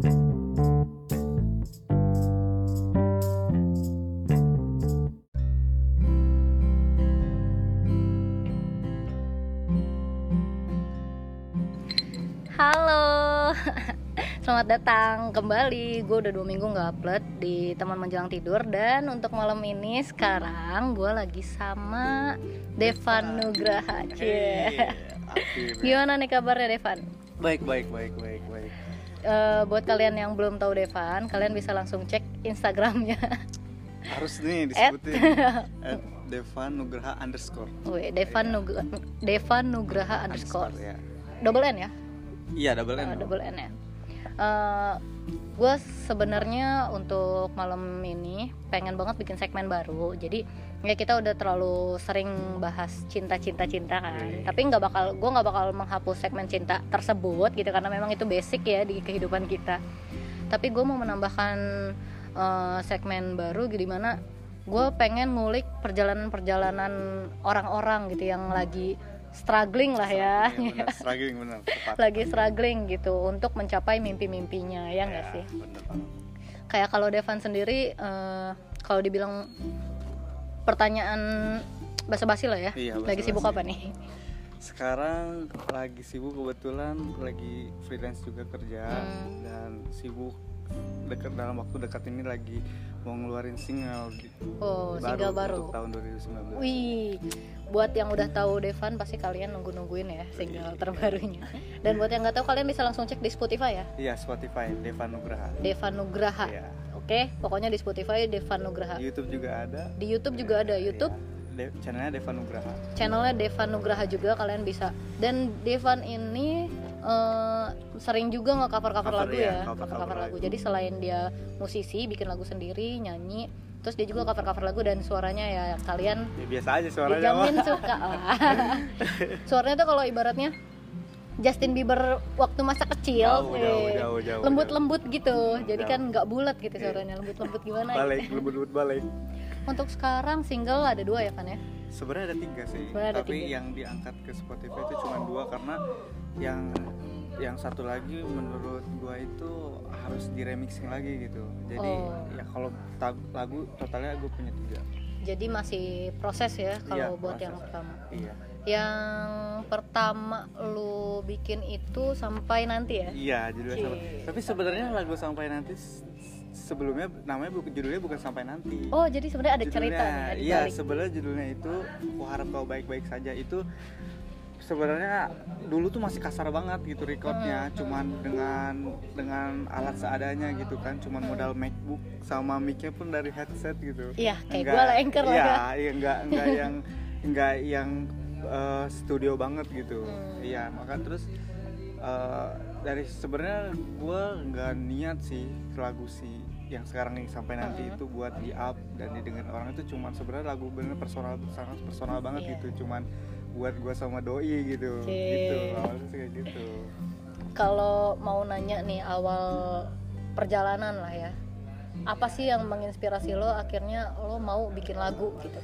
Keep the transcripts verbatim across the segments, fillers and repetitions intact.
Halo, selamat datang kembali. Gue udah dua minggu nggak upload di Teman Menjelang Tidur. Dan untuk malam ini sekarang gue lagi sama Devan Nugraha. Cie. Gimana nih kabarnya Devan? Baik, baik, baik, baik, baik. Uh, buat kalian yang belum tahu Devan, kalian bisa langsung cek Instagramnya. Harus nih disebutin. At Devan Nugraha underscore. Wih, Devan Nugraha, Devan Nugraha underscore. Ya. Double N ya? Iya, double N. Uh, double N ya. Uh, gue sebenarnya untuk malam ini pengen banget bikin segmen baru. Jadi ya kita udah terlalu sering bahas cinta-cinta-cinta kan. Hmm. Tapi nggak bakal, gue nggak bakal menghapus segmen cinta tersebut gitu karena memang itu basic ya di kehidupan kita. Tapi gue mau menambahkan uh, segmen baru di mana gue pengen ngulik perjalanan-perjalanan orang-orang gitu yang lagi struggling lah ya, ya bener, struggling bener, tepat. Lagi struggling gitu untuk mencapai mimpi-mimpinya ya nggak ya, sih? Bener. Kayak kalau Devan sendiri, uh, kalau dibilang pertanyaan basa-basi lah ya, iya, lagi sibuk apa nih? Sekarang lagi sibuk, kebetulan lagi freelance juga kerja hmm. dan sibuk dekat dalam waktu dekat ini lagi mau ngeluarin single gitu. Oh, baru, single baru untuk tahun dua ribu sembilan belas. Wih, buat yang udah tahu Devan pasti kalian nunggu-nungguin ya single terbarunya. Dan buat yang nggak tahu kalian bisa langsung cek di Spotify ya. Iya, Spotify Devan Nugraha. Devan Nugraha. Iya. Oke, pokoknya di Spotify Devan Nugraha. Di YouTube juga ada. Di YouTube juga ada. YouTube ya. De- channelnya Devan Nugraha. Channelnya Devan Nugraha juga, kalian bisa. Dan Devan ini uh, sering juga nge-cover-cover lagu ya, ya. cover-cover lagu. Jadi selain dia musisi, bikin lagu sendiri, nyanyi, terus dia juga cover-cover lagu dan suaranya ya kalian ya, biasa aja suaranya. Dijamin suka lah. Suaranya tuh kalau ibaratnya Justin Bieber waktu masa kecil, jauh, jauh, jauh, jauh, lembut-lembut gitu. Jadi jauh. Kan nggak bulat gitu suaranya, lembut-lembut gimana? Balik, gitu. lembut-lembut balik. Untuk sekarang single ada dua ya kan ya? Sebenarnya ada tiga sih, Sebenarnya tapi tiga. Yang diangkat ke Spotify itu cuma dua karena yang yang satu lagi menurut gua itu harus diremixing lagi gitu. Jadi oh. ya kalau tab- lagu totalnya gua punya tiga. Jadi masih proses ya kalau iya, buat proses. Yang pertama. Iya. Yang pertama lu bikin itu Sampai Nanti ya? Iya, judulnya Sampai. Tapi sebenarnya lagu Sampai Nanti sebelumnya namanya bukan, judulnya bukan Sampai Nanti. Oh, jadi sebenarnya ada judulnya, cerita nih ya, iya, sebenarnya judulnya itu Ku Harap Kau Baik-Baik Saja. Itu sebenarnya dulu tuh masih kasar banget gitu recordnya, hmm. cuman dengan dengan alat seadanya gitu kan, cuman modal MacBook sama mic-nya pun dari headset gitu. Iya, kayak gue lah anchor lah ya. Iya, iya enggak enggak yang enggak yang uh, studio banget gitu. Iya, hmm. maka terus uh, dari sebenarnya gue nggak niat sih lagu si yang sekarang yang Sampai Nanti uh-huh. itu buat di up dan didengar orang, itu cuman sebenarnya lagu bener personal, sangat personal banget yeah. gitu, cuman buat gue sama doi gitu. Cik. Gitu awalnya sih kayak gitu. Kalau mau nanya nih awal perjalanan lah ya, apa sih yang menginspirasi lo akhirnya lo mau bikin lagu gitu?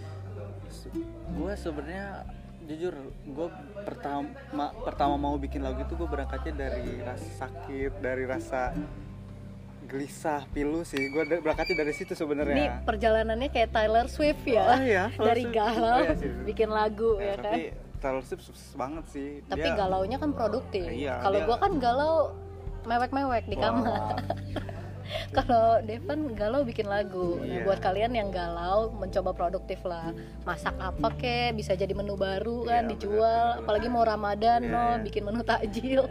Gue sebenarnya jujur, gue pertama pertama mau bikin lagu itu gue berangkatnya dari rasa sakit, dari rasa gelisah, pilu sih. Gue berangkatnya dari situ sebenarnya. Ini perjalanannya kayak Taylor Swift ya. Oh iya, dari galau oh, iya, bikin lagu ya, ya kan. Tapi Taylor Swift sukses banget sih. Tapi dia, galaunya kan produktif. Iya, kalau gue kan galau mewek-mewek di wow. kamar. Kalau Devan galau bikin lagu. Nah, yeah. buat kalian yang galau mencoba produktif lah. Masak apa kek, bisa jadi menu baru kan yeah, dijual. Bener, bener. Apalagi mau Ramadan yeah, no, yeah. bikin menu takjil.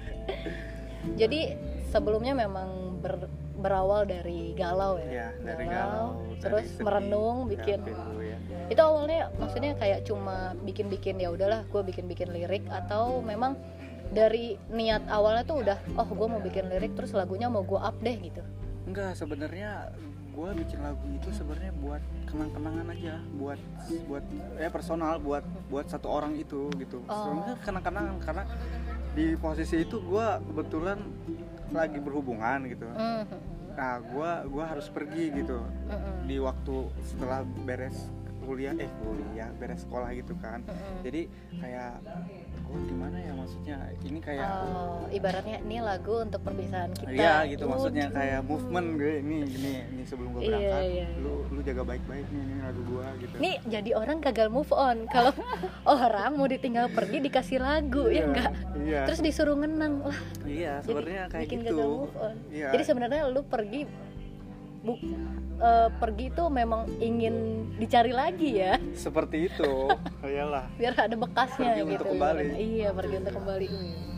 Jadi sebelumnya memang ber, berawal dari galau ya. Yeah, dari galau. Terus dari merenung bikin. Ya, ya. Itu awalnya maksudnya kayak cuma bikin-bikin ya udahlah, gue bikin-bikin lirik, atau memang dari niat awalnya tuh udah oh gue mau bikin lirik terus lagunya mau gue up deh gitu? Enggak, sebenarnya gue bikin lagu itu sebenarnya buat kenang-kenangan aja, buat buat ya personal, buat buat satu orang itu gitu. Oh. Sebenarnya kenang-kenangan karena di posisi itu gue kebetulan lagi berhubungan gitu. Mm-hmm. Nah gue gue harus pergi gitu mm-hmm. di waktu setelah beres kuliah eh kuliah beres sekolah gitu kan. Mm-hmm. Jadi kayak oh gimana ya maksudnya ini kayak oh, ibaratnya ini lagu untuk perpisahan kita. Iya gitu uh, maksudnya kayak movement gue ini gini ini sebelum gue berangkat iya, iya. lu lu jaga baik-baik nih ini lagu gue gitu. Nih jadi orang gagal move on kalau orang mau ditinggal pergi dikasih lagu iya, ya enggak. Iya. Terus disuruh ngenang lah. Iya sebenarnya kayak bikin gitu. Gagal move on. Iya. Jadi sebenarnya lu pergi bu, uh, pergi tuh memang ingin dicari lagi ya. Seperti itu. Iyalah. Biar ada bekasnya pergi gitu. Untuk kembali. Iya, pergi untuk kembali.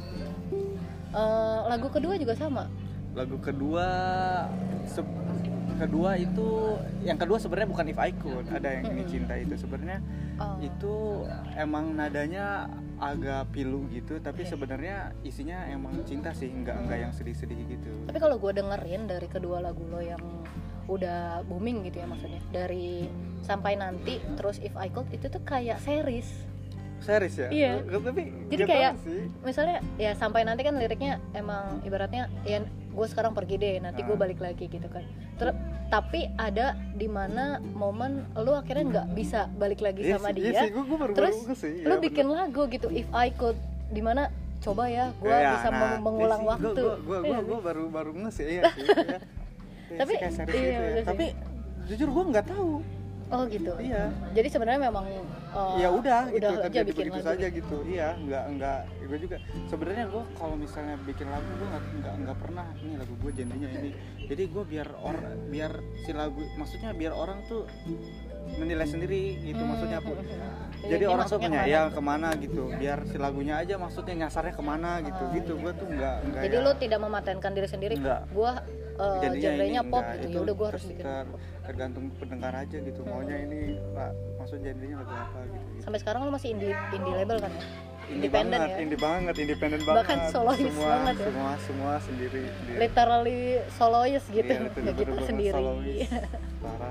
Uh, lagu kedua juga sama. Lagu kedua se- kedua itu yang kedua sebenarnya bukan If I Could, ada yang ini cinta itu sebenarnya oh. Itu emang nadanya agak pilu gitu tapi okay. Sebenarnya isinya emang cinta sih, enggak enggak yang sedih-sedih gitu. Tapi kalau gue dengerin dari kedua lagu lo yang udah booming gitu ya maksudnya dari Sampai Nanti terus If I Could itu tuh kayak series. Series ya? Iya. Tapi jadi kayak misalnya ya Sampai Nanti kan liriknya emang ibaratnya ya gue sekarang pergi deh nanti gue balik lagi gitu kan. Ter- tapi ada di mana momen lu akhirnya nggak bisa balik lagi yes, sama dia. Yes, gua, gua baru, terus baru sih, lu ya, bikin bener. lagu gitu If I Could di mana coba ya gue ya, bisa nah, mengulang yes, waktu. Gue gue gue gue baru baru nge-sih ya. Sih, ya. Tapi iya, gitu ya. Tapi jujur gue nggak tahu. Oh gitu. Iya. Jadi sebenarnya memang uh, ya udah, udah gitu, aja bikin lagu saja gitu. Iya, nggak nggak. Gue juga sebenarnya gue kalau misalnya bikin lagu gue nggak nggak nggak pernah ini lagu gue genrenya ini. Jadi gue biar orang biar si lagu maksudnya biar orang tuh menilai sendiri gitu hmm. maksudnya apa. Jadi ini orang tuh punya kemana? Ya kemana gitu. Biar si lagunya aja maksudnya nyasarnya kemana gitu. Oh, gitu. Iya. Gue tuh nggak nggak. Jadi ya, lu tidak mematenkan diri sendiri. Gue uh, genrenya pop enggak, gitu. Ya udah gue harus bikin. Ter, tergantung pendengar aja gitu. Hmm. Maunya ini Pak, maksud genrenya lagu apa gitu, gitu. Sampai sekarang lu masih indie indie label kan ya? Independen ya. Indie banget, independen banget. Bahkan solois semua, banget ya. Semua semua sendiri. sendiri. Literally solois gitu. Iya, ya kita sendiri. Solois. Parah.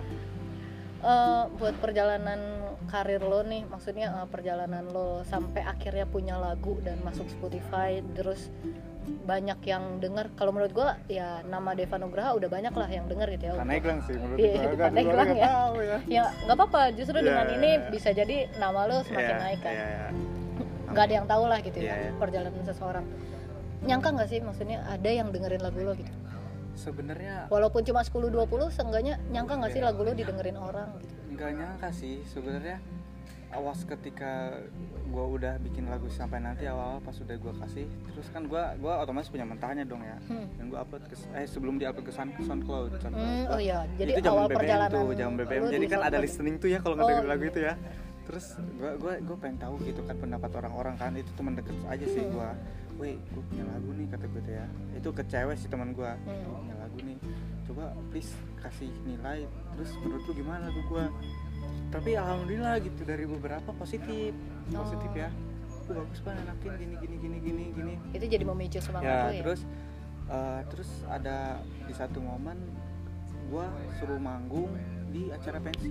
Uh, buat perjalanan karir lo nih, maksudnya uh, perjalanan lo sampai akhirnya punya lagu dan masuk Spotify, terus banyak yang dengar. Kalau menurut gua ya nama Deva Nugraha udah banyak lah yang dengar gitu ya. Pandeglang sih menurut iya, gua. Iya, Pandeglang ya. ya. Ya nggak apa-apa, justru yeah, dengan ini yeah. bisa jadi nama lo semakin yeah, naik kan. Yeah, yeah. Nggak ada yang tahu lah gitu yeah, ya yeah. perjalanan seseorang. Nyangka nggak sih maksudnya ada yang dengerin lagu lo gitu? Sebenarnya walaupun cuma sepuluh dua puluh seenggaknya nyangka nggak yeah. sih lagu lo didengerin orang gitu? Nggak nyangka sih sebenarnya. Awas ketika gue udah bikin lagu Sampai Nanti awal-awal pas udah gue kasih terus kan gue gue otomatis punya mentahnya dong ya hmm. dan gue upload ke eh sebelum di upload ke SoundCloud, SoundCloud. Hmm, oh iya jadi itu awal B B M perjalanan tuh zaman B B M jadi kan ada listening tuh ya kalau ngedengerin oh, lagu iya. itu ya terus gue gue gue pengen tahu gitu kan pendapat orang-orang kan itu teman deket aja sih gue weh gue punya lagu nih kata gue tuh ya itu ke cewek sih teman gue hmm. punya lagu nih coba please kasih nilai terus menurut lu gimana lagu gue tapi alhamdulillah gitu dari beberapa positif oh. positif ya itu bagus banget enakin gini gini gini gini gini itu jadi memicu semangat ya, lo ya terus uh, terus ada di satu momen gue suruh manggung di acara pensi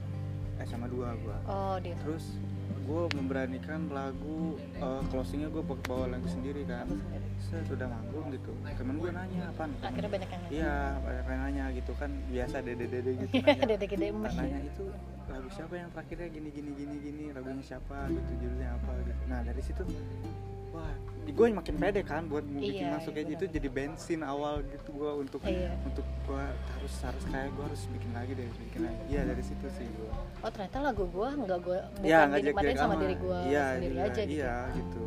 S M A dua gue oh dia terus gue memberanikan lagu uh, closingnya gue bawa lagu sendiri kan saya sudah manggung gitu temen gue nanya apa nih akhirnya banyak yang nanya iya banyak yang nanya gitu kan biasa dede dede gitu nanya dede dede nanya itu lagu siapa yang terakhirnya gini gini gini gini lagunya siapa gitu judulnya apa gitu nah dari situ wah gue makin pede kan buat mau bikin iya, masuk kayak gitu jadi bensin awal gitu gue untuk iya. untuk gue harus harus kayak gue harus bikin lagi deh bikin lagi iya dari situ sih gue oh ternyata lagu gue nggak gue bukan ya, dinikmatin sama diri gue iya, sendiri juga, aja gitu iya gitu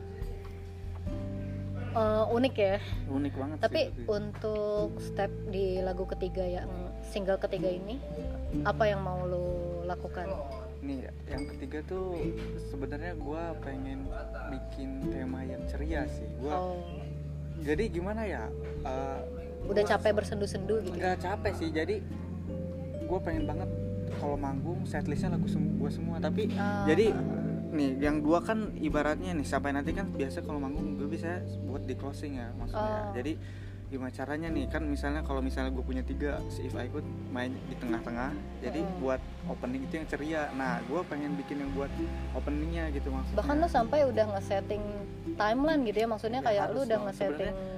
uh, unik ya unik banget tapi sih, untuk step di lagu ketiga yang single ketiga ini apa yang mau lo lakukan? Nih yang ketiga tuh sebenarnya gue pengen bikin tema yang ceria sih gue oh. jadi gimana ya uh, udah capek bersendu-sendu gitu nggak capek sih jadi gue pengen banget kalau manggung setlistnya lagu sem- gue semua tapi uh. jadi nih yang dua kan ibaratnya nih Sampai Nanti kan biasa kalau manggung gue bisa buat di closing ya maksudnya oh. jadi gimana caranya nih kan misalnya kalau misalnya gue punya tiga si If I Could main di tengah-tengah jadi hmm. buat opening itu yang ceria nah gue pengen bikin yang buat openingnya gitu maksudnya bahkan lu sampai udah nge-setting timeline gitu ya maksudnya ya, kayak lu udah dong. nge-setting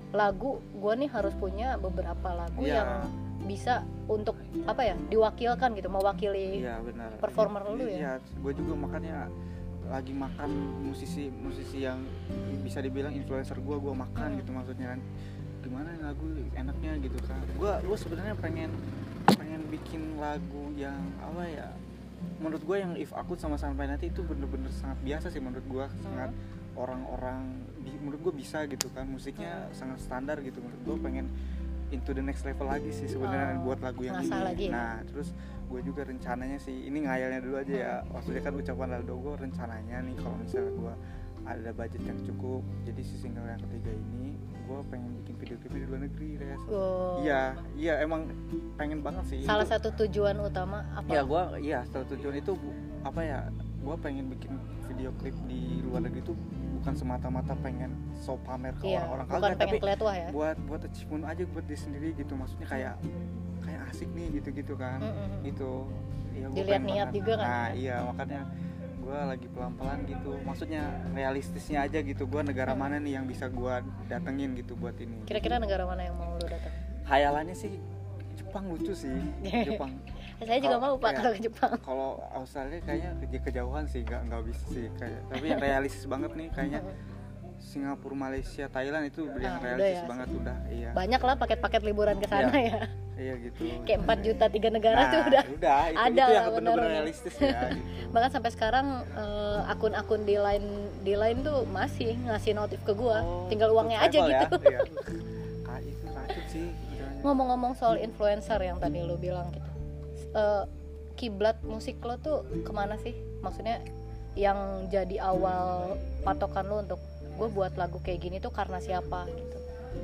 lagu gue nih harus punya beberapa lagu Iya. yang bisa untuk apa ya diwakilkan gitu, mewakili Iya benar. performer lu ya. Iya, gue juga makanya lagi makan musisi musisi yang bisa dibilang influencer gue, gue makan Hmm. gitu maksudnya kan. Gimana nih lagu enaknya gitu kan. Gue gue sebenarnya pengen pengen bikin lagu yang apa ya? Menurut gue yang If Akut sama Sampai Nanti itu bener-bener sangat biasa sih menurut gue, sangat orang-orang bi- menurut gue bisa gitu kan, musiknya sangat standar gitu. Menurut gue pengen into the next level lagi sih sebenarnya Oh, buat lagu yang ngasah ini. lagi ya? Nah terus gue juga rencananya sih, ini ngayalnya dulu aja ya, maksudnya kan ucapan Aldo, gue rencananya nih kalau misalnya gue ada budget yang cukup, jadi si single yang ketiga ini gue pengen bikin video klipnya di luar negeri, Res. Oh. Iya, iya emang pengen banget sih. Salah Itu- satu tujuan utama apa? Ya gue, iya salah tujuan itu bu- apa ya? Gue pengen bikin video klip di luar negeri itu bukan semata-mata pengen so pamer ke Iya, orang-orang bukan kagak, pengen tapi kelihatan ya. buat buat achievement aja buat diri sendiri gitu, maksudnya kayak kayak asik nih gitu-gitu kan. Mm-mm. Gitu. Ya, gua Dilihat pengen niat banget. juga kan. Nah iya makanya gue lagi pelan-pelan gitu, maksudnya realistisnya aja gitu, gue negara Hmm. mana nih yang bisa gue datengin gitu buat ini. Kira-kira negara mana yang mau lu datang? Hayalannya sih Jepang lucu sih. Jepang. Saya juga Kalau- mau Pak iya. kalau ke Jepang. Kalau Australia kayaknya ke- kejauhan sih, nggak nggak bisa sih kayak. Tapi yang realistis banget nih kayaknya Singapura, Malaysia, Thailand itu yang Ah, udah realistis ya. banget udah. Iya. Banyak lah paket-paket liburan ke sana Iya. ya. Iya gitu. Kayak empat juta tiga negara Nah, tuh udah. udah itu, ada itu lah, yang benar-benar benar-benar. realistis ya gitu. Bahkan sampai sekarang eh, akun-akun di line di line tuh masih ngasih notif ke gua. Oh, Tinggal uangnya aja travel ya? gitu. Iya. Ah, itu racun sih. Bilangnya. Ngomong-ngomong soal influencer yang tadi lu bilang gitu. Eh, kiblat musik lo tuh kemana sih? Maksudnya yang jadi awal patokan lo untuk gue buat lagu kayak gini tuh karena siapa gitu?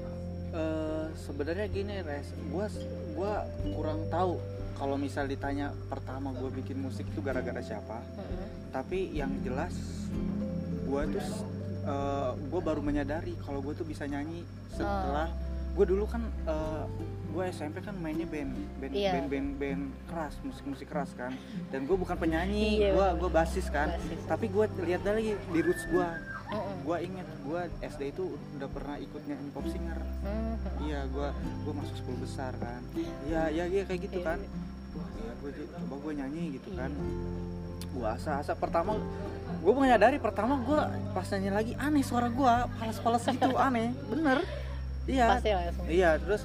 Eh, sebenarnya gini Res, gua gua kurang tahu kalau misal ditanya pertama gua bikin musik itu gara-gara siapa. Mm-mm. Tapi yang jelas gua tuh eh, gua baru menyadari kalau gua tuh bisa nyanyi setelah gua dulu kan eh, gua S M P kan mainnya band band Iya. band, band band keras, musik-musik keras kan. Dan gua bukan penyanyi, Iya, gua bener. gua basis kan. Basis. Tapi gua lihat lagi di roots gua. Mm-mm. Gua inget gua S D itu udah pernah ikut nyanyi pop singer. Mm-mm. Iya, gua gua masuk sepuluh besar kan. Iya, iya, iya kayak gitu Iya, kan. iya. Wah, iya gua ju- coba gua nyanyi gitu kan. Gua asa-asa pertama gua menyadari pertama gua pas nyanyi lagi aneh suara gua, palas-palas gitu aneh. Bener. Iya. Pasti lah ya semua. Iya, terus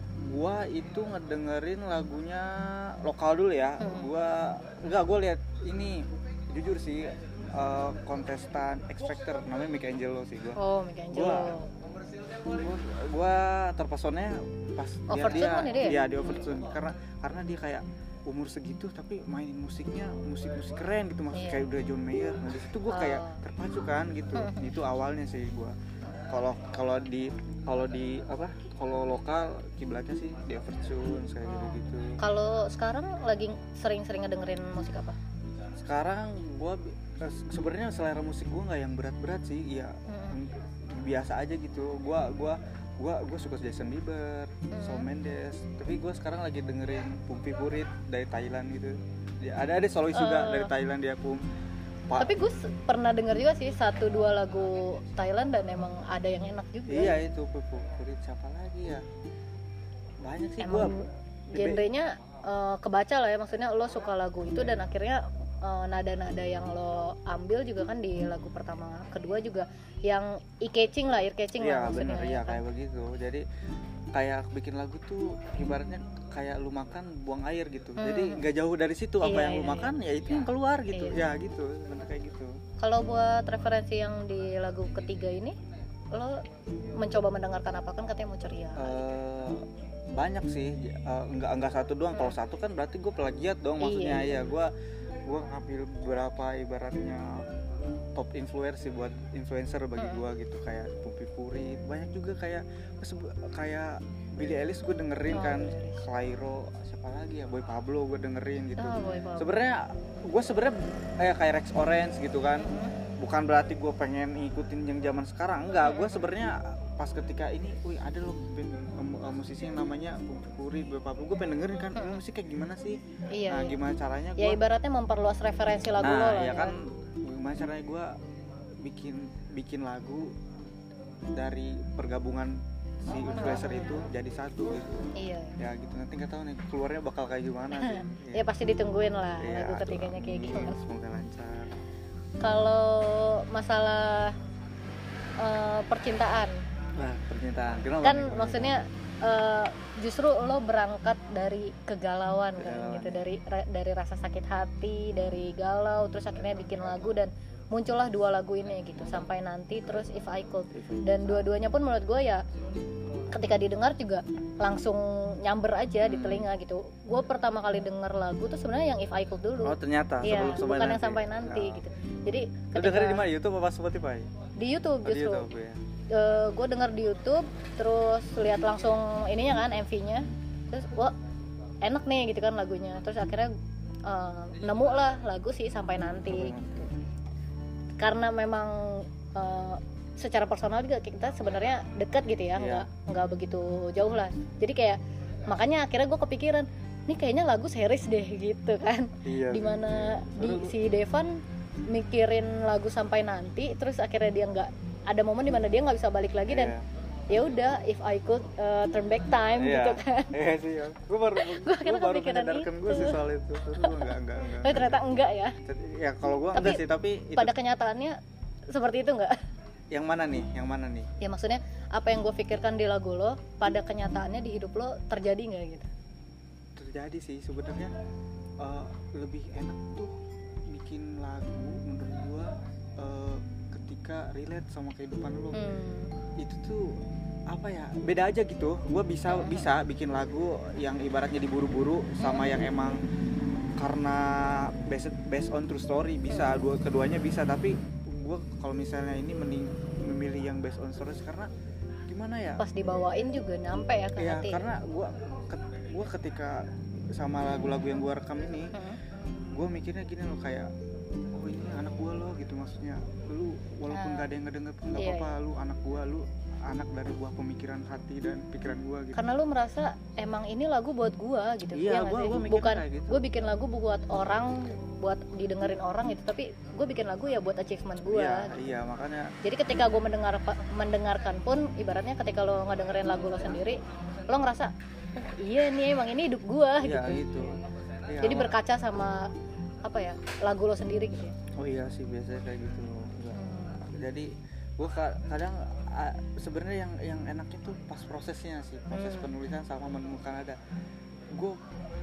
gua itu ngedengerin lagunya lokal dulu ya. Hmm. Gua enggak gua lihat ini jujur sih eh, kontestan X Factor namanya Michelangelo sih gua. Oh, Michelangelo. Gua- gua, gua terpesonanya pas lihat Overtune dia, kan ya dia? iya di Overtune karena karena dia kayak umur segitu tapi mainin musiknya musik-musik keren gitu, maksud Iya. kayak udah John Mayer. Nah di situ gua kayak Oh. terpacu kan gitu. Itu awalnya sih gua. Kalau kalau di kalau di apa? Kalau lokal kiblatnya sih di Overtune kayak gitu-gitu. Kalau sekarang lagi sering-sering ngedengerin musik apa? Sekarang gua bi- sebenarnya selera musik gua nggak yang berat-berat sih, ya Mm. biasa aja gitu. Gua gua gua gua suka Justin Bieber, Hmm. Shawn Mendes, tapi gua sekarang lagi dengerin Pumpi Purit dari Thailand gitu. Dia ada ada solois juga Uh. dari Thailand dia Pum. Pa- Tapi gue pernah denger juga sih satu dua lagu Thailand dan emang ada yang enak juga. iya itu Pumpi Purit, siapa lagi ya? Banyak sih gua. Emang genrenya eh, kebaca lah ya, maksudnya lo suka lagu itu dan akhirnya eh, nada-nada yang lo ambil juga kan di lagu pertama kedua juga yang eye-catching lah, ear-catching Iya lah maksudnya. bener, iya kan? kayak begitu. Jadi kayak bikin lagu tuh ibaratnya kayak lu makan buang air gitu. Hmm. Jadi nggak jauh dari situ, apa Iya, yang lu iya, makan ya itu yang keluar gitu. Iya. Ya gitu, bener kayak gitu. Kalau buat referensi yang di lagu ketiga ini, lo mencoba mendengarkan apa, kan katanya mau ceria. Eh, banyak sih, eh, nggak nggak satu doang. Kalau satu kan berarti gue plagiat dong, maksudnya Iya. ya gue gue ngambil beberapa ibaratnya top influencer sih buat influencer bagi Hmm. gue gitu, kayak Pumpi Purit, banyak juga kayak kayak Billie Eilish gue dengerin Oh, kan, Billie Eilish. Clairo, siapa lagi ya, Boy Pablo gue dengerin gitu. Ah, Boy Pablo. Sebenarnya gue sebenarnya kayak kayak Rex Orange gitu kan, Hmm. bukan berarti gue pengen ngikutin yang zaman sekarang, enggak. Gue sebenarnya pas ketika ini, wih ada loh band, um, um, musisi yang namanya Pumpi Purit, Boy Pablo, gue pengen dengerin kan, ini musik kayak gimana sih? Iya, Nah iya. gimana caranya Ya gue, ibaratnya memperluas referensi lagu nah lo lah ya kan, gimana caranya gue bikin bikin lagu dari pergabungan si influencer itu jadi satu gitu. Iya. Ya gitu, nanti nggak tahu nih keluarnya bakal kayak gimana sih. Ya pasti ditungguin lah Ya, lagu ketiganya kayak gimana. Semoga lancar. Kalau masalah uh, percintaan, Nah, percintaan. Kenapa kan nih, kenapa? maksudnya uh, justru lo berangkat dari kegalauan kan, Kegalauan. gitu, dari dari rasa sakit hati, dari galau, terus akhirnya bikin lagu dan muncullah dua lagu ini gitu, Sampai Nanti terus If I Could. Dan dua-duanya pun menurut gue ya ketika didengar juga langsung nyamber aja di telinga gitu. Gue pertama kali denger lagu tuh sebenarnya yang If I Could dulu. Oh ternyata Iya, sebelum sampai bukan nanti. yang Sampai Nanti Oh. gitu. Jadi Lu dengerin di mana? YouTube apa Spotify? di YouTube Oh, di justru. YouTube ya. Uh, gue denger di YouTube, terus lihat langsung ininya kan M V-nya, terus wah enak nih gitu kan lagunya. Terus akhirnya uh, nemu lah lagu sih Sampai Nanti. Gitu. Karena memang uh, secara personal juga kita sebenarnya dekat gitu ya, nggak Iya. nggak begitu jauh lah. Jadi kayak makanya akhirnya gue kepikiran, nih kayaknya lagu series deh gitu kan. Iya. Dimana di, Terus- si Devan mikirin lagu Sampai Nanti, terus akhirnya dia nggak ada momen dimana dia nggak bisa balik lagi dan Iya. ya udah If I Could uh, turn back time Iya. gitu kan. Iya sih. Ya. Gue baru Gua gue akhirnya baru kepikiran menyadarkan gue itu. sih soal itu. Terus gue enggak enggak enggak. Tapi ternyata enggak ya. Ya kalau gue Tapi enggak sih, tapi itu Pada kenyataannya seperti itu enggak? yang mana nih? Yang mana nih? Ya maksudnya apa yang gue pikirkan di lagu lo pada kenyataannya di hidup lo terjadi nggak gitu? Terjadi sih sebenarnya. Uh, lebih enak tuh bikin lagu menurut gue uh, ketika relate sama kehidupan lo. Hmm. Itu tuh apa ya, beda aja gitu. Gue bisa bisa bikin lagu yang ibaratnya diburu-buru sama yang emang karena based based on true story, bisa dua keduanya bisa. Tapi gue kalau misalnya ini mending memilih yang based on stories karena gimana ya, Pas dibawain juga nyampe ya ke ya hati. karena gue gue ketika sama lagu-lagu yang gue rekam ini Hmm. gue mikirnya gini loh, kayak oh ini anak gue loh gitu, maksudnya lu walaupun Ah. gak ada yang ngedenger pun gak Iya, apa-apa, lu anak gue, lu anak dari buah pemikiran hati dan pikiran gue gitu. Karena lu merasa emang ini lagu buat gua gitu. Iya, nggak gua- sih? gua mikirnya bukan kayak gitu. gua bikin lagu buat orang, buat didengerin orang gitu, tapi gua bikin lagu ya buat achievement gua. Iya, gitu. iya makanya Jadi ketika gua mendengar mendengarkan pun ibaratnya ketika lo ngedengerin lagu lo sendiri, lo ngerasa "Oh, iya nih emang ini hidup gua iya gitu. gitu. Iya, Jadi mak- berkaca sama apa ya, lagu lo sendiri gitu ya. Oh iya sih biasanya kayak gitu. Enggak. Hmm. Jadi gue kadang a- sebenarnya yang yang enaknya tuh pas prosesnya sih, proses Hmm. penulisan sama menemukan ada. Gue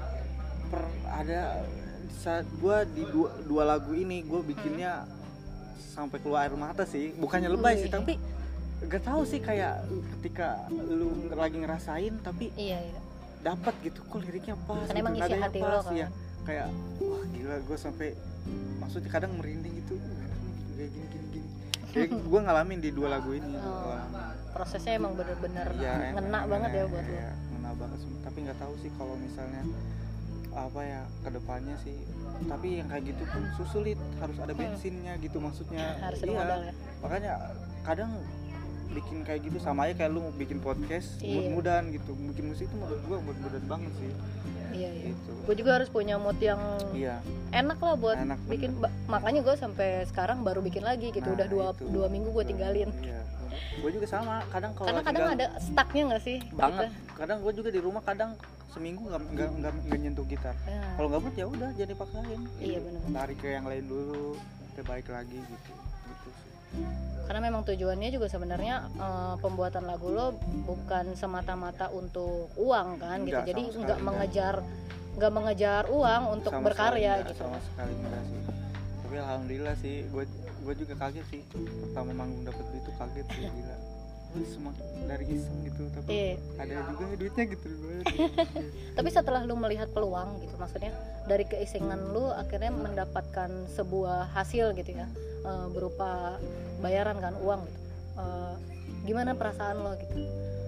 per ada saat gue di dua, dua lagu ini gue bikinnya sampai keluar air mata sih, bukannya lebay sih, Wih. tapi gak tahu sih kayak ketika lu lagi ngerasain tapi Iya, iya. dapat gitu, kok liriknya pas, Kan gitu, emang isi nadanya hati pas, lo kan. ya. Kayak wah gila, gue sampai maksudnya kadang merinding gitu, kayak gini gini gini. Kayak gue ngalamin di dua lagu ini. Oh, Ngalamin. prosesnya emang bener-bener Iya, ngena banget ya buat lo. Iya, ngena banget sih. Tapi nggak tahu sih kalau misalnya apa ya kedepannya sih. Tapi yang kayak gitu pun susulit, harus ada bensinnya gitu maksudnya. Harus ada Iya, modal ya. makanya kadang bikin kayak gitu sama aja kayak lu mau bikin podcast, Iya. mood-moodan gitu. Bikin musik itu menurut gua mood-moodan banget sih. Iya, iya. Gitu. Gue juga harus punya mood yang Iya. enak lah buat Enak, bikin. bener. Ba- makanya gue sampai sekarang baru bikin lagi gitu. Nah, Udah dua itu. dua minggu gue tinggalin. Iya. Gue juga sama. Kadang kalau Karena lagi kadang galau- ada stucknya nggak sih? banget. Gitu. Kadang gue juga di rumah kadang seminggu nggak nggak nggak nggak nyentuh gitar. Ya. Kalau nggak mood ya udah jadi paksain. Iya, bener. Tarik ke yang lain dulu, kita balik lagi gitu. Gitu sih. Karena memang tujuannya juga sebenarnya eh, pembuatan lagu lo bukan semata-mata untuk uang kan gitu. Enggak, Jadi sama sekali nggak enggak. mengejar nggak mengejar uang untuk Sama berkarya sekali enggak, gitu. sama sekali enggak sih. Tapi alhamdulillah sih, gue gue juga kaget sih pertama manggung dapet duit tuh, kaget sih gila. Wih, semua dari iseng gitu, tapi Iya. ada juga duitnya gitu. Tapi setelah lu melihat peluang gitu, maksudnya dari keisengan lu akhirnya mendapatkan sebuah hasil gitu ya, eh, berupa bayaran kan, uang gitu. Eh, gimana perasaan lo gitu?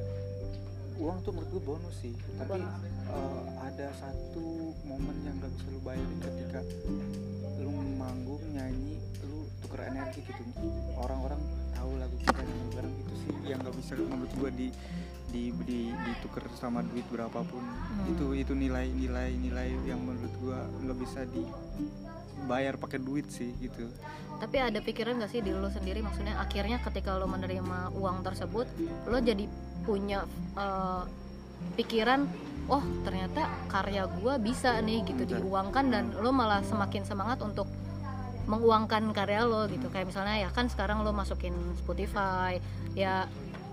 Uang tuh menurut gue bonus sih, tapi Bonus. uh, ada satu momen yang gak bisa lu bayarin ketika lu manggung nyanyi, lu tuker energi gitu, orang-orang tahu lagu kita nyanyi bareng, itu sih yang gak bisa menurut gue di di di ditukar sama duit berapapun. Hmm. Itu itu nilai nilai nilai yang menurut gue nggak bisa dibayar pakai duit sih gitu. Tapi ada pikiran gak sih di lo sendiri, maksudnya akhirnya ketika lo menerima uang tersebut lo jadi punya uh, pikiran, oh ternyata karya gue bisa nih gitu diuangkan, dan lo malah semakin semangat untuk menguangkan karya lo gitu. Kayak misalnya ya kan sekarang lo masukin Spotify ya,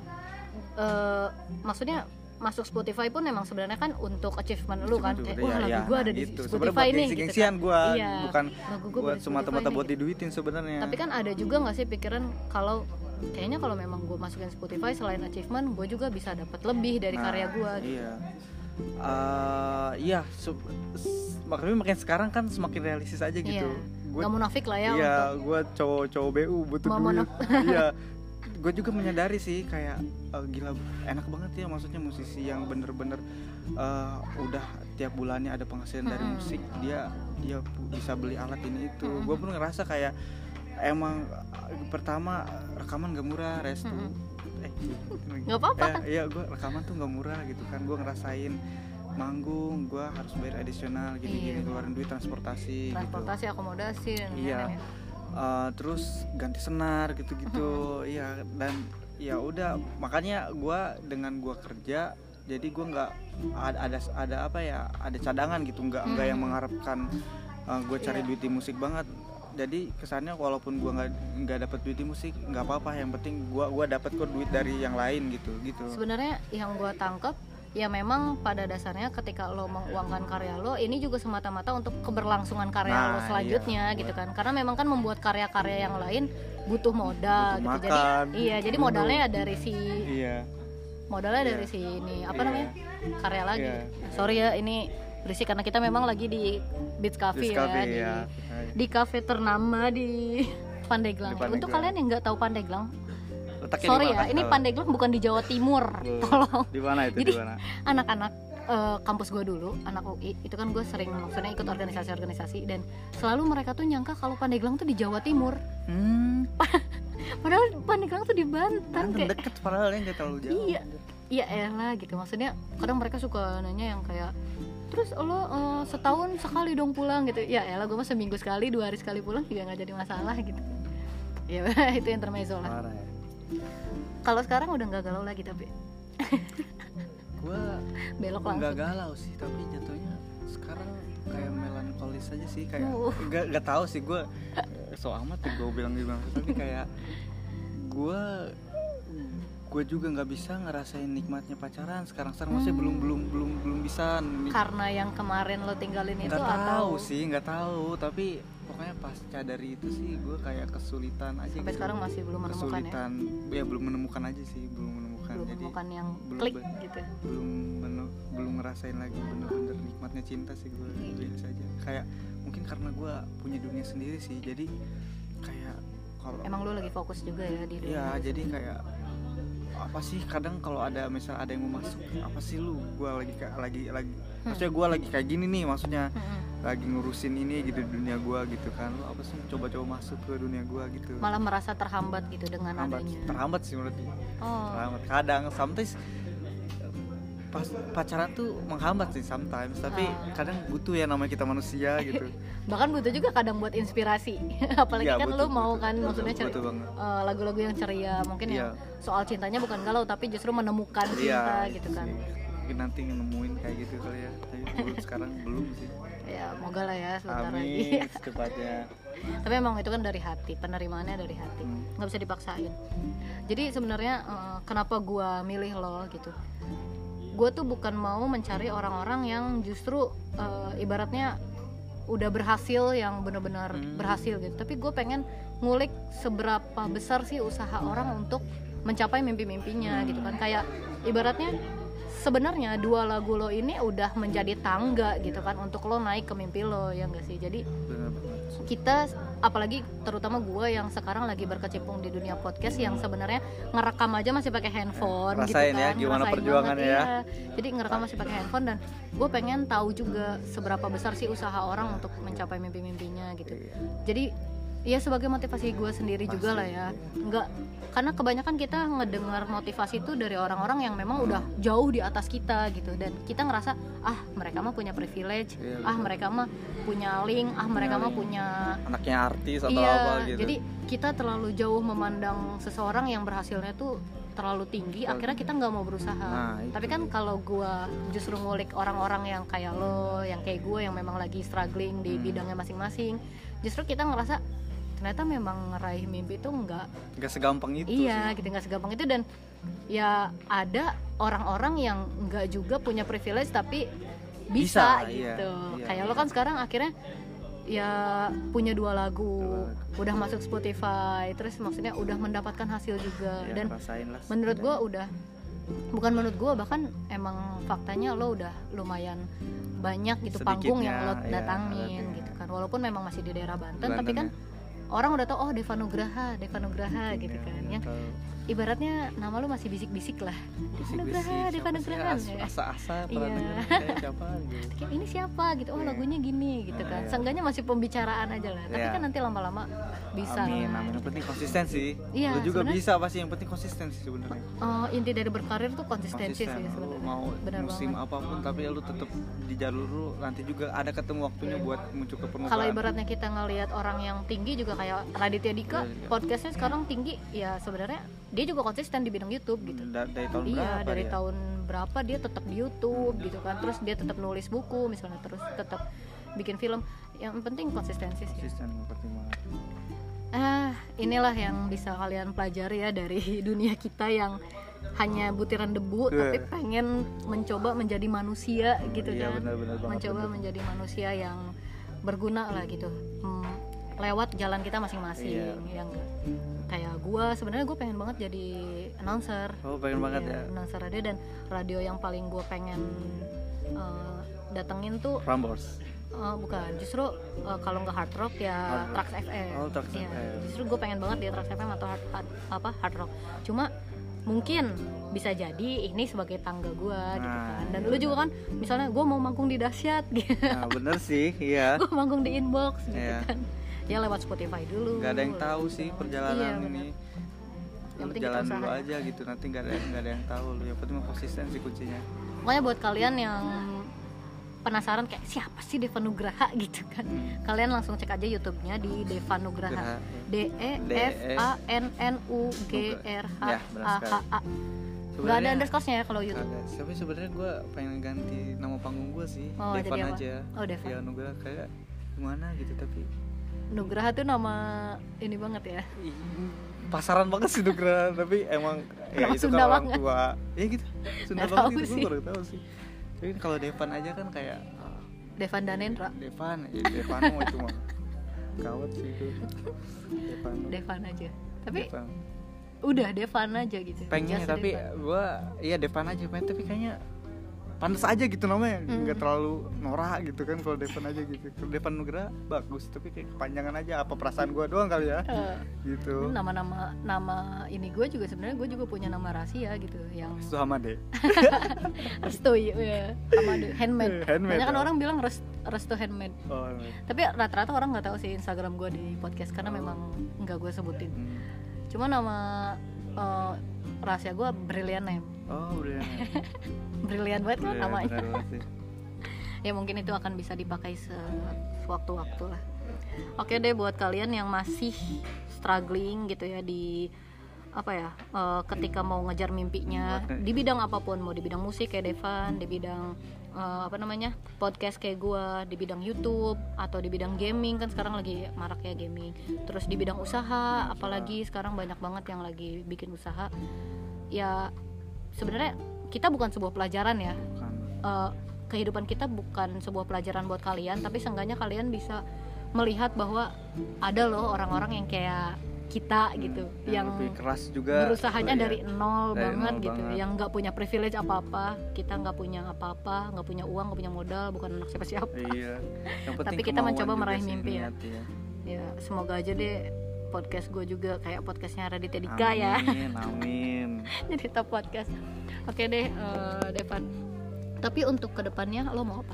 uh, maksudnya masuk Spotify pun memang sebenarnya kan untuk achievement lu kan, kayak wah lagu ya, gue ada gitu. di Spotify nih gitu kan. Gua, iya, bukan gue buat semata-mata buat diduitin sebenarnya. Tapi kan ada juga nggak sih pikiran kalau kayaknya kalau memang gue masukin Spotify selain achievement, gue juga bisa dapat lebih dari nah, karya gue gitu. Iya, uh, iya. So, makanya makin sekarang kan semakin realistis aja gitu. Iya. Gua, nggak munafik lah ya. Iya, gue cowok-cowok B U butuh duit. Iya. Gue juga menyadari sih kayak uh, gila enak banget ya, maksudnya musisi yang bener-bener uh, udah tiap bulannya ada penghasilan hmm. dari musik, dia dia bisa beli alat ini itu. Hmm. Gue pun ngerasa kayak emang pertama rekaman gak murah, Restu. Hmm. Eh, nggak apa-apa. Eh, iya, gue rekaman tuh gak murah gitu kan. Gue ngerasain manggung, gue harus bayar additional gini-gini, iya. Keluarin duit transportasi. Transportasi, gitu. Akomodasi dan iya. lain-lain. Uh, terus ganti senar gitu-gitu. Iya, dan ya udah makanya gue dengan gue kerja jadi gue nggak ada, ada ada apa ya ada cadangan gitu, nggak nggak hmm. yang mengharapkan uh, gue cari yeah. duit di musik banget. Jadi kesannya walaupun gue nggak nggak dapat duit di musik nggak apa-apa, yang penting gue gue dapat kok duit dari yang lain gitu gitu. Sebenarnya yang gue tangkap ya memang pada dasarnya ketika lo menguangkan karya lo, ini juga semata-mata untuk keberlangsungan karya nah, lo selanjutnya iya, gitu kan. Karena memang kan membuat karya-karya yang lain butuh modal butuh gitu. Makan, jadi iya, jadi modalnya dari si iya. modalnya iya. dari si ini apa iya. namanya? Karya lagi. Iya. Sorry ya ini berisik karena kita memang lagi di Beats Cafe, Beats Cafe ya, ya di, di kafe ternama di Pandeglang. Di Pandeglang. Untuk kalian yang nggak tahu Pandeglang, letaknya sorry ya, ini Pandeglang bukan di Jawa Timur, tolong. Di mana itu? Jadi dimana? anak-anak uh, kampus gue dulu, anak U I, itu kan gue sering maksudnya ikut organisasi-organisasi, dan selalu mereka tuh nyangka kalau Pandeglang tuh di Jawa Timur. Hmm. Padahal Pandeglang tuh di Banten. Banten kayak deket, padahal yang nggak terlalu jauh. Iya, iya elah gitu. Maksudnya kadang mereka suka nanya yang kayak, terus lo uh, setahun sekali dong pulang gitu. Ya elah, gue mah seminggu sekali, dua hari sekali pulang juga nggak jadi masalah gitu. Ya itu intermezzo lah. Parah ya. Kalau sekarang udah nggak galau lagi tapi gue belok langsung. Nggak galau sih, tapi jatuhnya sekarang kayak melankolis aja sih, kayak nggak uh. nggak tahu sih gue so amat ya gue bilang gimana, tapi kayak gue gue juga nggak bisa ngerasain nikmatnya pacaran sekarang sekarang maksudnya hmm. belum belum belum belum bisa. Karena yang kemarin lo tinggalin itu nggak tahu atau sih nggak tahu tapi pokoknya pasca dari itu sih gue kayak kesulitan aja sampai gitu. Sekarang masih belum menemukan kesulitan, ya? ya belum menemukan aja sih belum menemukan belum jadi menemukan yang belum, klik gitu belum menu, belum ngerasain lagi bener-bener nikmatnya cinta sih gue biasa aja kayak mungkin karena gue punya dunia sendiri sih, jadi kayak kalau emang lu lagi fokus juga ya di dunia ya jadi kayak apa sih kadang kalau ada misal ada yang mau masuk apa sih lu gue lagi lagi lagi hmm. maksudnya gue lagi kayak gini nih maksudnya hmm. lagi ngurusin ini gitu di dunia gue gitu kan, lu apa sih coba-coba masuk ke dunia gue gitu, malah merasa terhambat gitu dengan terhambat, adanya terhambat sih menurut gue. Oh. Terhambat kadang sometimes pas pacaran tuh menghambat sih sometimes, tapi ah. kadang butuh ya namanya kita manusia gitu. Bahkan butuh juga kadang buat inspirasi. Apalagi ya, kan butuh, lu mau butuh, kan butuh, maksudnya ceri- uh, lagu-lagu yang ceria, mungkin ya. Yang soal cintanya bukan galau tapi justru menemukan cinta ya, gitu kan. Mungkin nanti nemuin kayak gitu kali ya. Tapi sekarang belum sih. Ya, moga lah ya sebentar Amin, lagi. secepatnya. Tapi emang itu kan dari hati, penerimaannya dari hati. Hmm. Nggak bisa dipaksain. Jadi sebenarnya uh, kenapa gua milih lo gitu? Gue tuh bukan mau mencari orang-orang yang justru uh, ibaratnya udah berhasil, yang benar-benar hmm. berhasil gitu. Tapi gue pengen ngulik seberapa besar sih usaha orang untuk mencapai mimpi-mimpinya gitu kan. Kayak ibaratnya sebenarnya dua lagu lo ini udah menjadi tangga gitu kan untuk lo naik ke mimpi lo, ya nggak sih? Jadi kita, apalagi terutama gue yang sekarang lagi berkecimpung di dunia podcast yang sebenarnya ngerekam aja masih pakai handphone rasain gitu kan, ya gimana ngerasain perjuangannya banget, ya. Iya. Jadi ngerekam masih pakai handphone, dan gue pengen tahu juga seberapa besar sih usaha orang untuk mencapai mimpi-mimpinya gitu. Jadi ya sebagai motivasi gue sendiri Pasti. juga lah ya, nggak, karena kebanyakan kita ngedengar motivasi itu dari orang-orang yang memang udah jauh di atas kita gitu, dan kita ngerasa ah mereka mah punya privilege, iya, ah mereka mah punya link, ah mereka mah punya anaknya artis atau iya, apa gitu. Jadi kita terlalu jauh memandang seseorang yang berhasilnya tuh terlalu tinggi, akhirnya kita nggak mau berusaha. Nah, tapi kan kalau gue justru ngulik orang-orang yang kayak lo, yang kayak gue yang memang lagi struggling di hmm. bidangnya masing-masing, justru kita ngerasa ternyata memang ngeraih mimpi itu nggak nggak segampang itu. Iya, sih. gitu, nggak segampang itu. Dan ya ada orang-orang yang nggak juga punya privilege tapi bisa, bisa gitu. Iya, kayak iya. lo kan sekarang akhirnya ya punya dua lagu, dua. udah masuk Spotify, terus maksudnya udah mendapatkan hasil juga. Ya, dan menurut gue udah, bukan menurut gue, bahkan emang faktanya lo udah lumayan banyak gitu sedikitnya, panggung yang lo datangin ya, gitu kan, walaupun memang masih di daerah Banten, Banten tapi kan ya. Orang udah tau, oh Deva Nugraha, Deva Nugraha gitu ya, kan yang ibaratnya nama lu masih bisik-bisik lah, Deva Nugraha, Deva Nugraha, asa-asa iya. siapa gitu. Kayak ini siapa gitu, oh lagunya gini gitu kan, seenggaknya masih pembicaraan aja lah, tapi kan nanti lama-lama bisa. Amin, amin. Yang penting konsistensi. Iya, lu juga bisa pasti, yang penting konsistensi sebenarnya. Oh, inti dari berkarir tuh konsistensi sih sebenarnya. Mau bener musim banget. Apapun tapi lu tetap di jalur lu, nanti juga ada ketemu waktunya buat muncul ke permukaan. Kalau ibaratnya kita ngelihat orang yang tinggi juga kayak Raditya Dika, ya, podcastnya sekarang tinggi, ya sebenarnya dia juga konsisten di bidang YouTube gitu. Da- dari tahun iya, berapa? dari dia? tahun berapa dia tetap di YouTube hmm. gitu kan. Terus dia tetap nulis buku misalnya, terus tetap bikin film. Yang penting konsistensi sih. Konsisten penting banget. Ah, inilah yang bisa kalian pelajari ya dari dunia kita yang hanya butiran debu, yeah. tapi pengen mencoba menjadi manusia gitu iya, kan. Benar-benar mencoba benar. menjadi manusia yang berguna lah gitu. Hmm, lewat jalan kita masing-masing, yeah. yang kayak gue sebenarnya gue pengen banget jadi announcer. Oh pengen banget ya, ya. Announcer radio, dan radio yang paling gue pengen uh, datengin tuh Prambors. Uh, bukan, justru uh, kalau nggak hard rock ya Trax F M. Oh, Trax ya, F M. Justru gue pengen banget di Trax F M atau hard, hard, apa hard rock. Cuma mungkin bisa jadi ini sebagai tangga gue nah, gitu kan. Dan iya, lu juga kan, misalnya gue mau manggung di Dahsyat gitu. Nah bener sih, iya. Gue manggung di Inbox gitu iya. kan. Ya lewat Spotify dulu. Gak ada yang tahu sih perjalanan iya, ini. Yang penting jalan dulu aja gitu, nanti gak ada gak ada yang tahu lu. Yang penting konsistensi kuncinya. Makanya buat kalian yang penasaran kayak siapa sih Deva Nugraha gitu kan, hmm. kalian langsung cek aja YouTube-nya di Deva Nugraha, D E F A N N U G R H A H A. Gak ada underscore-nya ya kalau YouTube. Ada. Tapi sebenarnya gue pengen ganti nama panggung gue sih, oh, Devan aja. Oh, Devan. Ya Nugraha kayak gimana gitu, tapi Nugraha tuh nama ini banget ya. Pasaran banget sih Nugraha, tapi emang ya itu kan orang tua. Ya gitu. Sunda banget itu, gue baru tahu sih. Tapi kalau Devan aja kan kayak uh, Devan Danendra. Devan, ya Devan mau itu mah kawat sih itu. Devan. Devan aja. Tapi Devan. Udah Devan aja gitu. Pengen tapi Devan. Gua iya Devan aja pengen, tapi kayaknya pantas aja gitu namanya, nggak hmm. terlalu norak gitu kan kalau Devan aja gitu. Kalau Devan Nugraha bagus, tapi kayak kepanjangan aja, apa perasaan gue doang kali ya, uh, gitu. Nama-nama nama ini gue juga sebenarnya gue juga punya nama rahasia gitu, yang Restu Hamade. Restu ya, Hamade, handmade. handmade Banyak kan ya. Orang bilang Restu, Restu handmade. Oh, tapi rata-rata orang nggak tahu sih Instagram gue di podcast karena oh. memang nggak gue sebutin. Hmm. Cuma nama uh, rahasia gue Brilliant Name. Oh, Brilliant Name. Brilian banget kan namanya. Ya mungkin itu akan bisa dipakai sewaktu-waktu lah. Oke deh, buat kalian yang masih struggling gitu ya di apa ya, uh, ketika mau ngejar mimpinya di bidang apapun, mau di bidang musik kayak Devan, di bidang uh, apa namanya podcast kayak gue, di bidang YouTube, atau di bidang gaming, kan sekarang lagi marak ya gaming. Terus di bidang usaha, apalagi sekarang banyak banget yang lagi bikin usaha. Ya sebenarnya kita bukan sebuah pelajaran ya, uh, kehidupan kita bukan sebuah pelajaran buat kalian, tapi seenggaknya kalian bisa melihat bahwa ada loh orang-orang yang kayak kita gitu, hmm, yang, yang lebih keras juga, berusahanya ya, dari nol dari banget nol gitu, banget. Yang nggak punya privilege apa-apa, kita nggak punya apa-apa, nggak punya uang, nggak punya modal, bukan anak siapa-siapa. Iya. Tapi kita mencoba meraih mimpi ya. ya. Ya semoga aja deh podcast gue juga kayak podcastnya Raditya Dika ya. Amin, amin. Jadi top podcast. Oke deh, uh, Devan. Tapi untuk kedepannya lo mau apa?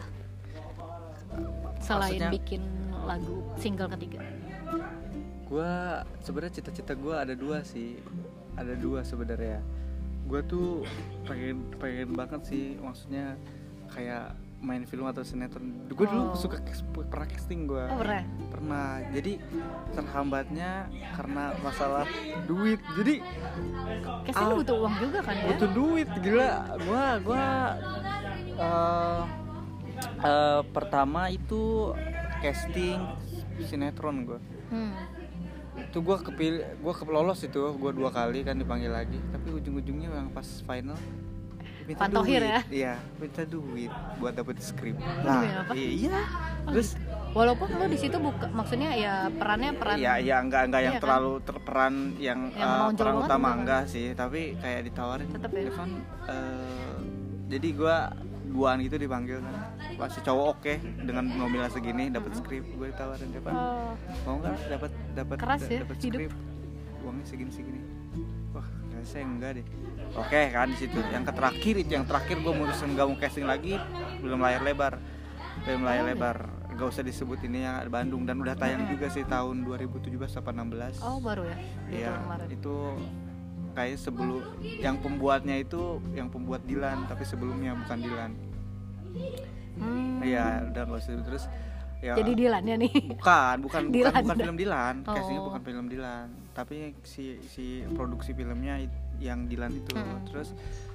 Selain Maksudnya, bikin lagu single ketiga. Gue sebenarnya cita-cita gue ada dua sih, ada dua sebenarnya. Gue tuh pengen pengen banget sih, maksudnya kayak main film atau sinetron. Gue dulu Oh. suka kes- pernah casting gue. Oh, pernah? Pernah. Jadi terhambatnya karena masalah duit. Jadi Casting Ah. butuh uang juga kan ya? butuh duit, gila. Gua gua eh eh, pertama itu casting sinetron gue. Hmm. Itu gue kepilih, gue kelolos itu, gue dua kali kan dipanggil lagi. Tapi ujung-ujungnya yang pas final minta Pantohir duit. ya? Iya, minta duit buat dapet skrip. Demi Lah, apa? iya. Terus Walaupun lo di situ buka, maksudnya ya perannya peran. ya ya enggak enggak yang Iya kan? terlalu terperan yang, Yang eh, menonjol peran banget utama enggak kan? enggak sih, tapi kayak ditawarin Tetep ya? Devan, eh, jadi gua duaan gitu dipanggil kan. Masih cowok oke dengan nominal segini dapat skrip, gue ditawarin Devan. Oh, Mau enggak dapat dapat Keras ya, dapat hidup. skrip. Uangnya segini-segini. Wah, kayaknya saya enggak deh. Oke kan di situ. Yang terakhir itu yang terakhir gue mutusin enggak mau casting lagi, belum layar lebar. Belum layar Oh, lebar. Gak usah disebut ini yang Bandung dan udah tayang Hmm. juga sih tahun dua ribu tujuh belas sampai enam belas. oh baru ya? Di Iya, tahun kemarin. itu kayak sebelum yang pembuatnya itu yang pembuat Dilan tapi sebelumnya bukan Dilan. Hmm. Iya, udah gak usah disebut terus. Ya, Jadi Dilan ya nih. bukan, bukan, bukan, Dilan bukan dah. film Dilan. Oh. Castingnya bukan film Dilan, tapi si si produksi filmnya it- yang Dilan itu. Hmm. Terus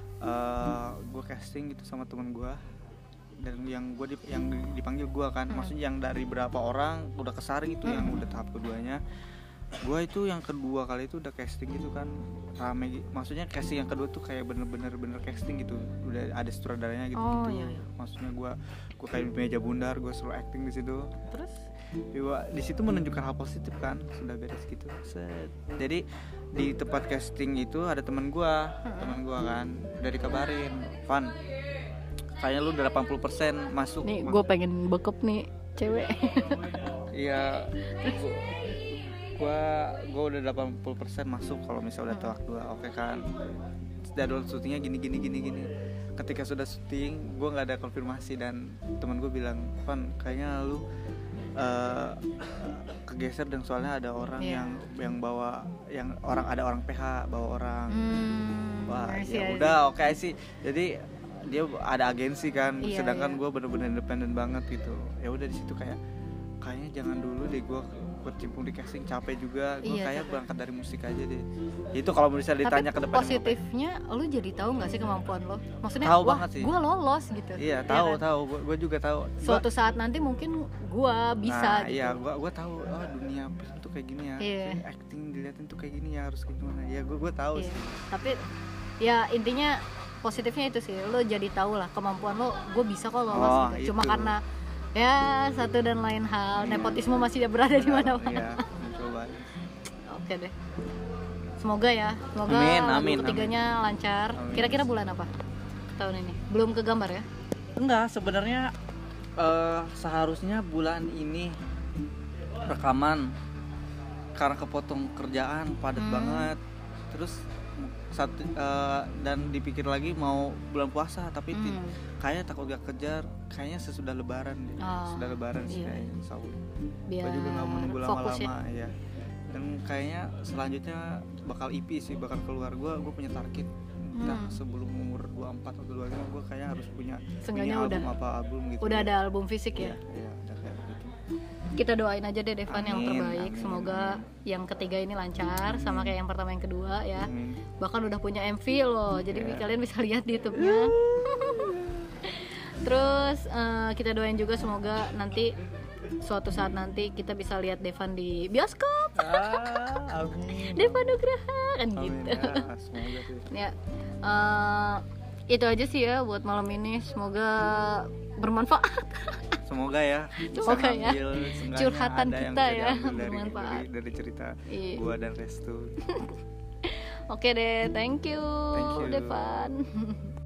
gue casting gitu sama temen gue dan yang gue dip- yang dipanggil gue kan, Hmm. maksudnya yang dari berapa orang udah kesaring itu yang udah tahap keduanya. Gue itu yang kedua kali itu udah casting gitu kan rame, gi- maksudnya casting yang kedua tuh kayak bener-bener bener casting gitu, udah ada sutradaranya gitu. Oh, gitu. iya, iya. Maksudnya gue gue kayak di meja bundar, gue selalu acting di situ. Terus? Iwa, di situ menunjukkan hal positif kan, sudah beres gitu. Set. Jadi di tempat casting itu ada teman gua, teman gua kan, udah dikabarin, Van, kayaknya lu udah delapan puluh persen masuk. Nih gue pengen bekep nih cewek. Iya. Gua, gua gua udah delapan puluh persen masuk kalau misalnya udah telak dua. Oke kan. Jadwal syutingnya gini gini gini gini. Ketika sudah syuting, gua nggak ada konfirmasi dan teman gua bilang, Van, kayaknya lu Uh, kegeser dan soalnya ada orang Iya. yang yang bawa yang orang ada orang P H bawa orang. Hmm. Wah, I see, ya I see. udah oke sih. Jadi dia ada agensi kan, Iya, sedangkan iya. gue bener-bener independen banget gitu. Ya udah di situ kayak kayaknya jangan dulu deh gue bercimpung di casting, capek juga. Gue Iya, kayak capek. berangkat dari musik aja deh. Itu kalau misalnya ditanya Tapi ke depan positifnya lu jadi tahu nggak sih kemampuan lo? Maksudnya Tahu wah, banget sih. gue lolos gitu. Iya, Ya tahu kan? tahu. Gue juga tahu. Gua- Suatu saat nanti mungkin gue bisa nah, gitu. iya, gua gua tahu oh dunia film tuh kayak gini ya. Iya. Kayak acting dilihatin tuh kayak gini ya, harus kayak gimana. Ya gua gua tahu Iya. sih. Tapi ya intinya positifnya itu sih, lo jadi tahu lah kemampuan lo, gue bisa kok lolos Oh, gitu. Cuma itu. karena ya satu dan lain hal nepotisme masih berada di mana-mana. Iya, mencoba. Oke deh. Semoga ya, semoga Amin, amin, dua puluh tiganya lancar. Amin. Kira-kira bulan apa tahun ini? Belum ke gambar ya? Enggak, sebenarnya eh, seharusnya bulan ini rekaman karena kepotong kerjaan padat Hmm. banget. Terus satu eh, dan dipikir lagi mau bulan puasa tapi ti- Hmm. kayaknya takut gak kejar, kayaknya sesudah lebaran deh. Oh, Sudah lebaran sih iya. kayaknya, insya Allah. Biar Gue juga gak mau nunggu fokus ya. lama-lama ya. Dan kayaknya selanjutnya bakal E P sih, bakal keluar. Gue gue punya target. Entah Hmm. sebelum umur dua puluh empat atau dua puluh lima gue kayaknya harus punya Seenggaknya mini album udah- apa album gitu. Udah ya. ada album fisik Iya, ya. iya, udah kayak begitu. Kita doain aja deh Devan yang Amin, terbaik. amin, Semoga amin. yang ketiga ini lancar sama kayak yang pertama yang kedua ya. Amin. Bahkan udah punya M V loh, jadi Iya. kalian bisa lihat di YouTube-nya. Terus eh, kita doain juga semoga nanti suatu saat nanti kita bisa lihat Devan di bioskop. Ah, amin. Devan Nugraha kan Amin gitu. ya, semoga tuh. Ya, eh, itu aja sih ya buat malam ini. Semoga bermanfaat. Semoga ya bisa Semoga ya. ngambil seenggaknya Curhatan ada yang kita bisa ya, diambil dari, bermanfaat. dari, dari cerita Iya. gua dan Restu. Oke deh, thank you, Thank you. Devan.